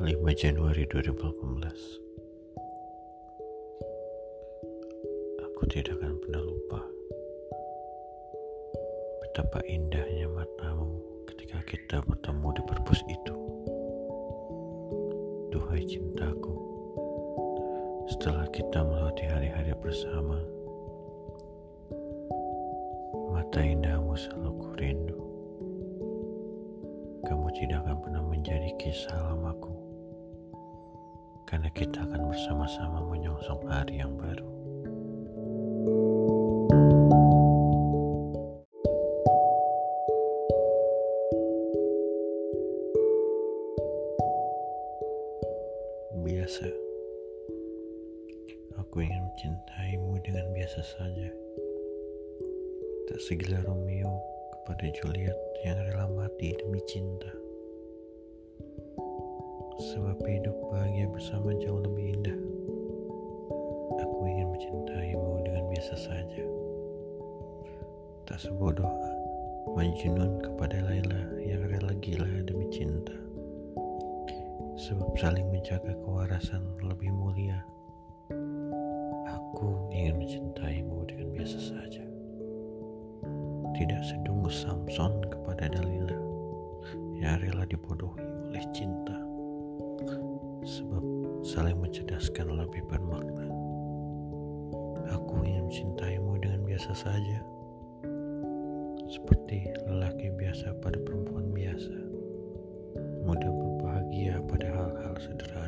5 Januari 2018. Aku tidak akan pernah lupa betapa indahnya matamu ketika kita bertemu di perpus itu. Duhai cintaku, setelah kita melewati hari-hari bersama, mata indahmu selalu ku rindu. Kamu tidak akan pernah menjadi kisah lamaku, karena kita akan bersama-sama menyongsong hari yang baru. Biasa, aku ingin mencintaimu dengan biasa saja. Tak segila Romeo kepada Juliet yang rela mati demi cinta. Sebab hidup bahagia bersama jauh lebih indah. Aku ingin mencintaimu dengan biasa saja. Tak sebodoh Majnun kepada Laila yang rela gila demi cinta. Sebab saling menjaga kewarasan lebih mulia. Aku ingin mencintaimu dengan biasa saja. Tidak sedunggu Samson kepada Dalila yang rela dibodohi oleh cinta. Sebab saling mencerdaskan lebih bermakna. Aku ingin mencintaimu dengan biasa saja, seperti lelaki biasa pada perempuan biasa, mudah berbahagia pada hal-hal sederhana.